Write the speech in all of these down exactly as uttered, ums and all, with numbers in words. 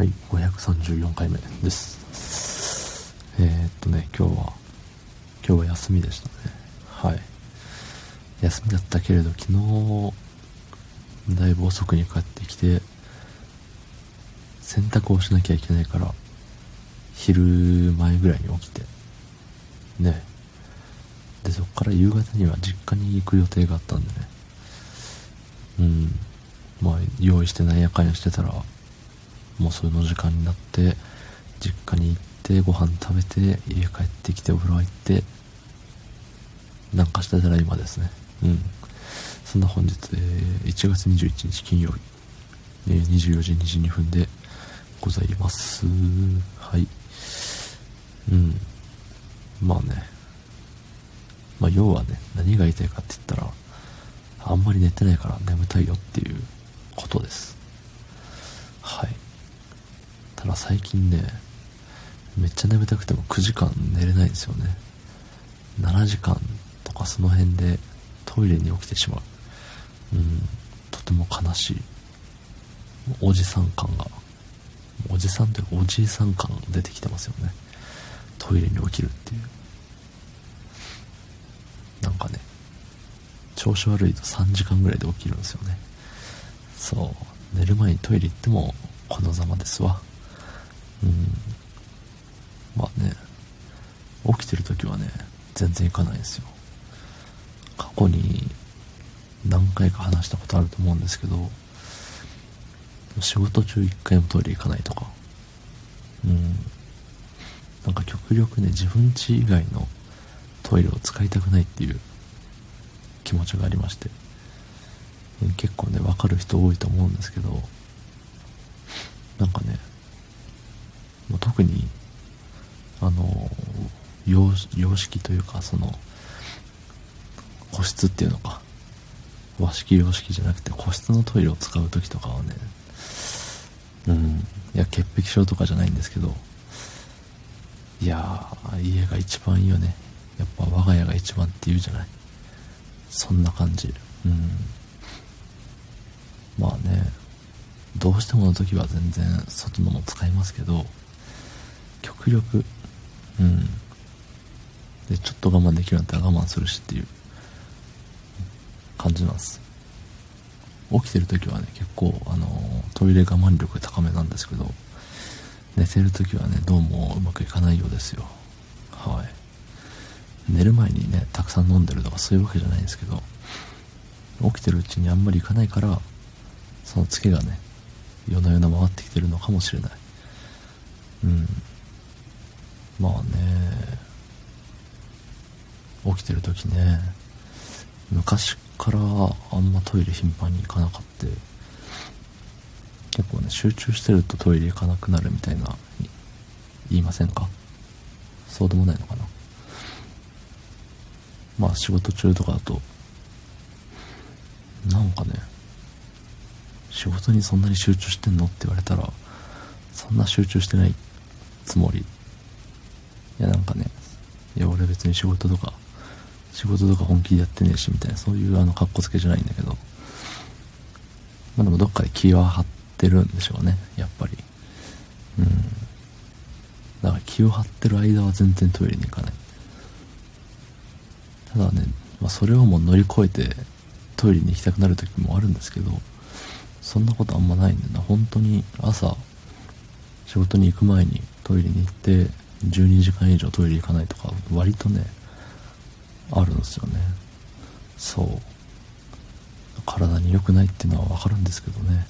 はい、ごひゃくさんじゅうよんかいめです。えー、っとね今日は今日は休みでしたね。はい、休みだったけれど昨日だいぶ遅くに帰ってきて洗濯をしなきゃいけないから昼前ぐらいに起きてね、でそっから夕方には実家に行く予定があったんでね、うんまあ用意してなんやかんやしてたらもうその時間になって実家に行ってご飯食べて家帰ってきてお風呂入ってなんかしてたら今ですね。うんそんな本日、えー、いちがつにじゅういちにち金曜日、えー、にじゅうよじにじゅうにふんでございます。はいうんまあねまあ要はね何が言いたいかって言ったらあんまり寝てないから眠たいよっていうことです。はいただ最近ねめっちゃ眠たくてもくじかん寝れないんですよね。ななじかんとかその辺でトイレに起きてしまう。うんとても悲しい。おじさん感がおじさんというかおじいさん感が出てきてますよね。トイレに起きるっていうなんかね調子悪いとさんじかんぐらいで起きるんですよね。そう寝る前にトイレ行ってもこのざまですわ。うんまあね起きてる時はね全然行かないんですよ。過去に何回か話したことあると思うんですけど仕事中一回もトイレ行かないとかうんなんか極力ね自分家以外のトイレを使いたくないっていう気持ちがありまして、結構ね分かる人多いと思うんですけどなんかねもう特にあの洋, 洋式というかその個室っていうのか和式洋式じゃなくて個室のトイレを使う時とかはねうんいや潔癖症とかじゃないんですけどいやー家が一番いいよねやっぱ我が家が一番って言うじゃない。そんな感じ。うんまあねどうしてもの時は全然外のも使いますけど極力うんでちょっと我慢できるんだったら我慢するしっていう感じなんです。起きてる時はね結構あのトイレ我慢力高めなんですけど寝てる時はねどうもうまくいかないようですよ。はい寝る前にねたくさん飲んでるとかそういうわけじゃないんですけど起きてるうちにあんまりいかないからそのツケがね夜な夜な回ってきてるのかもしれない。うんまあね起きてる時ね昔からあんまトイレ頻繁に行かなかった結構ね集中してるとトイレ行かなくなるみたいな言いませんか。そうでもないのかな。まあ仕事中とかだとなんかね仕事にそんなに集中してんのって言われたらそんな集中してないつもり。いやなんかねいや俺別に仕事とか仕事とか本気でやってねえしみたいなそういうあのカッコつけじゃないんだけどまあでもどっかで気は張ってるんでしょうねやっぱり。うんだから気を張ってる間は全然トイレに行かない。ただね、まあ、それをもう乗り越えてトイレに行きたくなる時もあるんですけどそんなことあんまないんだよな。本当に朝仕事に行く前にトイレに行ってじゅうにじかん以上トイレ行かないとか割とねあるんですよね。そう体に良くないっていうのは分かるんですけどね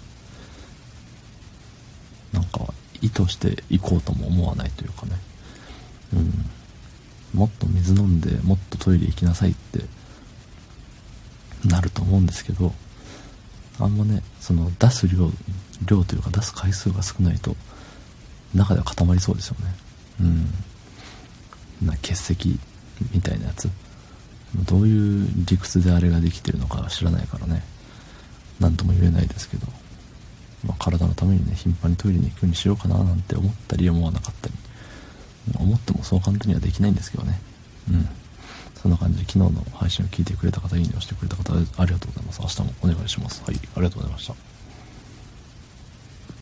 なんか意図して行こうとも思わないというかねうんもっと水飲んでもっとトイレ行きなさいってなると思うんですけどあんまねその出す量量というか出す回数が少ないと中では固まりそうですよね。うんな結石みたいなやつどういう理屈であれができてるのか知らないからね何とも言えないですけど、まあ、体のためにね頻繁にトイレに行くようにしようかななんて思ったり思わなかったり思ってもそう簡単にはできないんですけどね。うんそんな感じで昨日の配信を聞いてくれた方いいねをしてくれた方ありがとうございます。明日もお願いします。はいありがとうございました。